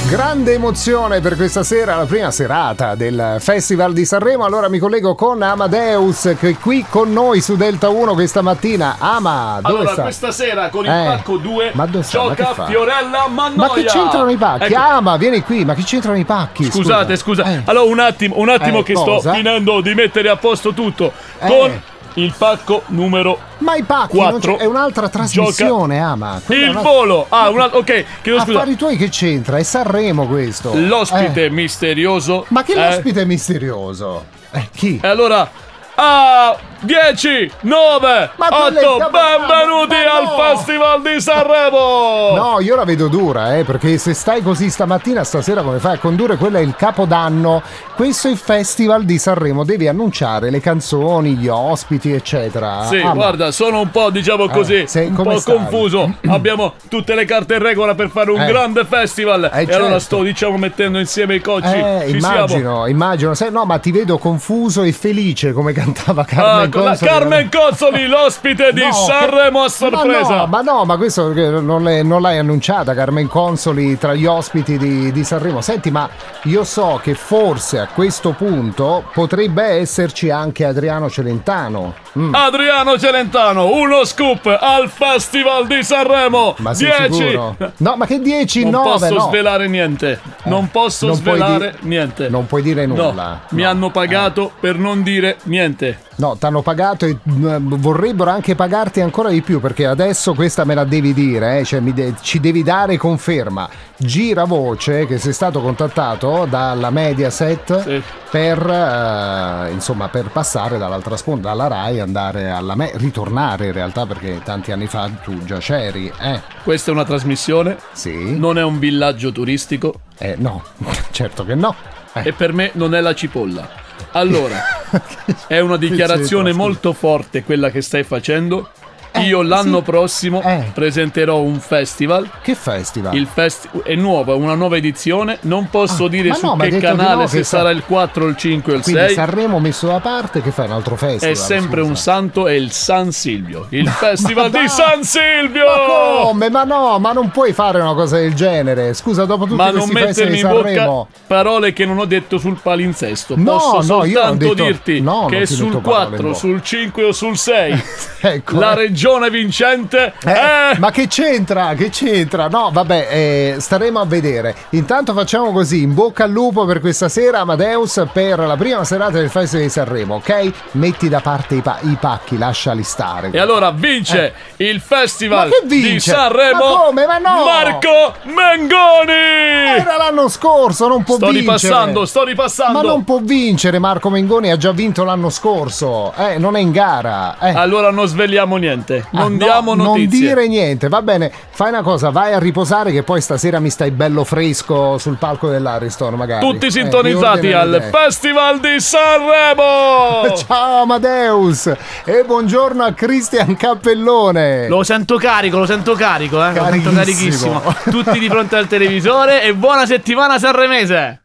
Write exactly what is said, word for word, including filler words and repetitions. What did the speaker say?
Grande emozione per questa sera, la prima serata del Festival di Sanremo. Allora mi collego con Amadeus, che è qui con noi su Delta uno questa mattina. Ama, dove allora, sta? questa sera con il Eh, pacco due ma dove sta? Ma che gioca fa? Fiorella Mannoia. Ma che c'entrano i pacchi? Ecco. Ama, vieni qui, ma che c'entrano i pacchi? Scusate, scusa. Eh. Allora, un attimo, un attimo Eh, che cosa? sto finendo di mettere a posto tutto. Eh. Con il pacco numero Ma i pacchi non quattro. c'è- è un'altra trasmissione, Ama. Quella è Il una- volo. Ah, un altro. Ok, chiedo scusa. Affari tuoi che c'entra? È Sanremo questo. L'ospite Eh. misterioso. Ma che è- l'ospite misterioso? Eh, chi? E allora, a dieci, nove, Ma quello è il otto, Capodanno, benvenuti ma al no! Festival di Sanremo! No, io la vedo dura, eh, perché se stai così stamattina, stasera come fai a condurre? Quello è il Capodanno, questo è il Festival di Sanremo, devi annunciare le canzoni, gli ospiti, eccetera. Sì, Ah, ma- guarda, sono un po', diciamo così, Eh, sei- un come po' stai? confuso. Abbiamo tutte le carte in regola per fare un Eh. grande festival. Eh, e allora certo. sto, diciamo, mettendo insieme i cocci. Eh, Ci immagino, siamo. immagino. Sai, no, ma ti vedo confuso e felice come cantava Ah, Carmen con la Consoli. Carmen Cozzoli, l'ospite di No, Sanremo a che- sorpresa. Ma no, ma no, ma questo che non, l'hai- non l'hai annunciata Carmen Consoli tra gli ospiti di, di Sanremo. Senti, ma io so che forse a questo punto potrebbe esserci anche Adriano Celentano. Mm. Adriano Celentano, uno scoop al Festival di Sanremo. Ma sei dieci. sicuro? No, ma che dieci? Non nove, posso no. svelare niente. Non posso non puoi svelare di- niente. Non puoi dire No, nulla. mi No. hanno pagato per non dire niente. No, ti hanno pagato e mm, vorrebbero anche pagarti ancora di più, perché adesso questa me la devi dire, eh? Cioè mi de- ci devi dare conferma. Gira voce che sei stato contattato dalla Mediaset Sì. per eh, insomma per passare dall'altra sponda, dalla Rai, andare alla Me- ritornare in realtà, perché tanti anni fa tu già c'eri, eh? Questa è una trasmissione, Sì? non è un villaggio turistico Eh, no, certo che no. Eh. e per me non è la cipolla. Allora, è una dichiarazione c'entra, scusa? molto forte quella che stai facendo. Eh, Io l'anno sì. prossimo Eh. presenterò un festival. Che festival? Il fest- è nuova, una nuova edizione. Non posso Ah, dire ma su no, ma hai che detto di canale, no, se che sa- sarà il quattro, il cinque o il Quindi sei. Sanremo messo da parte, che fai un altro festival? È sempre un scusa? santo, è il San Silvio, il festival ma di dai! San Silvio! Ma come? Ma no, ma non puoi fare una cosa del genere. Scusa, dopo tutti Ma non questi festival mettermi di in Sanremo. bocca parole che non ho detto sul palinsesto. No, Posso no, io non ho soltanto detto- dirti no, non che ti sul metto parole in quattro, bocca. sul cinque o sul sei Ecco. la regione vincente Eh, è... Ma che c'entra? Che c'entra? No, vabbè, eh, staremo a vedere. Intanto facciamo così, in bocca al lupo per questa sera, Amadeus, per la prima serata del Festival di Sanremo, ok? Metti da parte i, pa- i pacchi, lasciali stare. E allora vince il festival Ma che vince? di Sanremo Ma come? Ma no! Marco Mengoni! Era l'anno scorso, non può Sto vincere. ripassando, sto ripassando. Ma non può vincere Marco Mengoni, ha già vinto l'anno scorso. Eh, non è in gara. Eh. Allora non svegliamo niente, Ah, non no, diamo non notizie. dire niente, va bene. Fai una cosa, vai a riposare, che poi stasera mi stai bello fresco sul palco dell'Ariston, magari. Tutti Eh, sintonizzati mi al ordine le idee. Festival di Sanremo! Ciao Amadeus e buongiorno a Cristian Cappellone. Lo sento carico, lo sento carico, eh. Lo sento Carichissimo. carichissimo. Tutti di fronte al televisore e buona settimana sanremese!